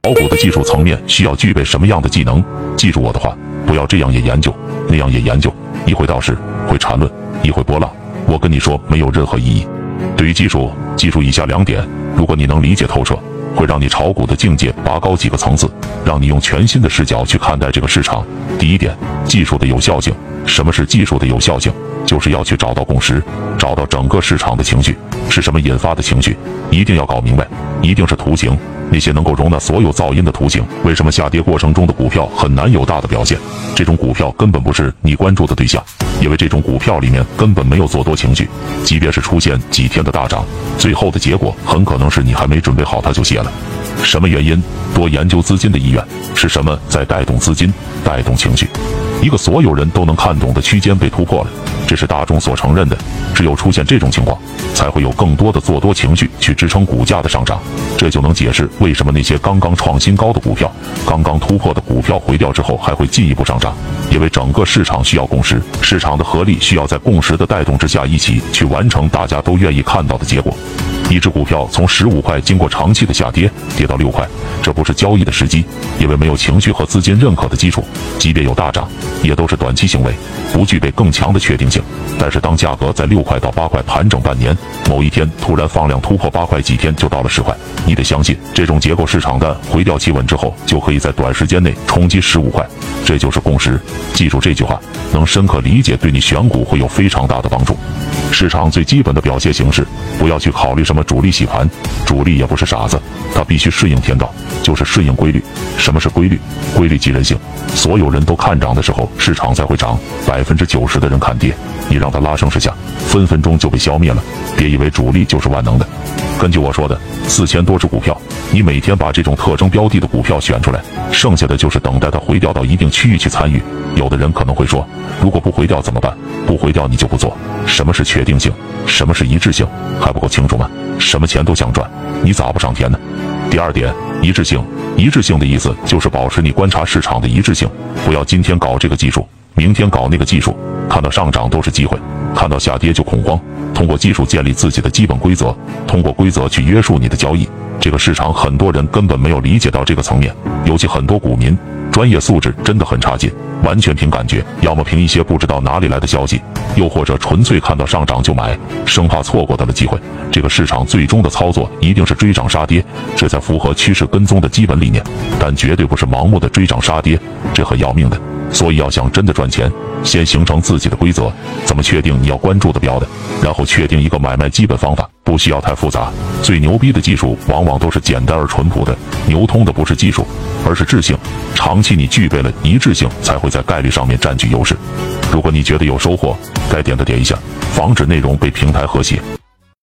炒股的技术层面需要具备什么样的技能？记住我的话，不要这样也研究，那样也研究，一会道士，会缠论，一会波浪。我跟你说，没有任何意义。对于技术，记住以下2点，如果你能理解透彻，会让你炒股的境界拔高几个层次，让你用全新的视角去看待这个市场。第一点，技术的有效性。什么是技术的有效性？就是要去找到共识，找到整个市场的情绪是什么引发的情绪，一定要搞明白，一定是图形，那些能够容纳所有噪音的图形。为什么下跌过程中的股票很难有大的表现？这种股票根本不是你关注的对象，因为这种股票里面根本没有做多情绪，即便是出现几天的大涨，最后的结果很可能是你还没准备好它就歇了。什么原因？多研究资金的意愿是什么在带动资金，带动情绪。一个所有人都能看懂的区间被突破了，这是大众所承认的。只有出现这种情况，才会有更多的做多情绪去支撑股价的上涨。这就能解释为什么那些刚刚创新高的股票，刚刚突破的股票回调之后还会进一步上涨。因为整个市场需要共识，市场的合力需要在共识的带动之下一起去完成大家都愿意看到的结果。一只股票从15块经过长期的下跌，跌到6块，这不是交易的时机，因为没有情绪和资金认可的基础，即便有大涨，也都是短期行为，不具备更强的确定性。但是当价格在6块到8块盘整半年，某一天突然放量突破8块，几天就到了10块，你得相信这种结构市场的回调企稳之后，就可以在短时间内冲击15块，这就是共识。记住这句话，能深刻理解，对你选股会有非常大的帮助。市场最基本的表现形式，不要去考虑什么主力洗盘，主力也不是傻子，他必须顺应天道，就是顺应规律。什么是规律？规律即人性。所有人都看涨的时候，市场才会涨；90%的人看跌，你让他拉升势下，分分钟就被消灭了。别以为主力就是万能的。根据我说的4000多只股票，你每天把这种特征标的的股票选出来，剩下的就是等待它回调到一定区域去参与。有的人可能会说，如果不回调怎么办？不回调你就不做。什么是确定性？什么是一致性？还不够清楚吗？什么钱都想赚，你咋不上天呢？第2点，一致性。一致性的意思就是保持你观察市场的一致性，不要今天搞这个技术，明天搞那个技术，看到上涨都是机会，看到下跌就恐慌。通过技术建立自己的基本规则，通过规则去约束你的交易。这个市场很多人根本没有理解到这个层面，尤其很多股民专业素质真的很差劲，完全凭感觉，要么凭一些不知道哪里来的消息，又或者纯粹看到上涨就买，生怕错过的了机会。这个市场最终的操作一定是追涨杀跌，这才符合趋势跟踪的基本理念，但绝对不是盲目的追涨杀跌，这很要命的。所以要想真的赚钱，先形成自己的规则，怎么确定你要关注的标的，然后确定一个买卖基本方法，不需要太复杂。最牛逼的技术往往都是简单而淳朴的，牛通的不是技术，而是智性。长期你具备了一致性，才会在概率上面占据优势。如果你觉得有收获，该点的点一下，防止内容被平台和谐。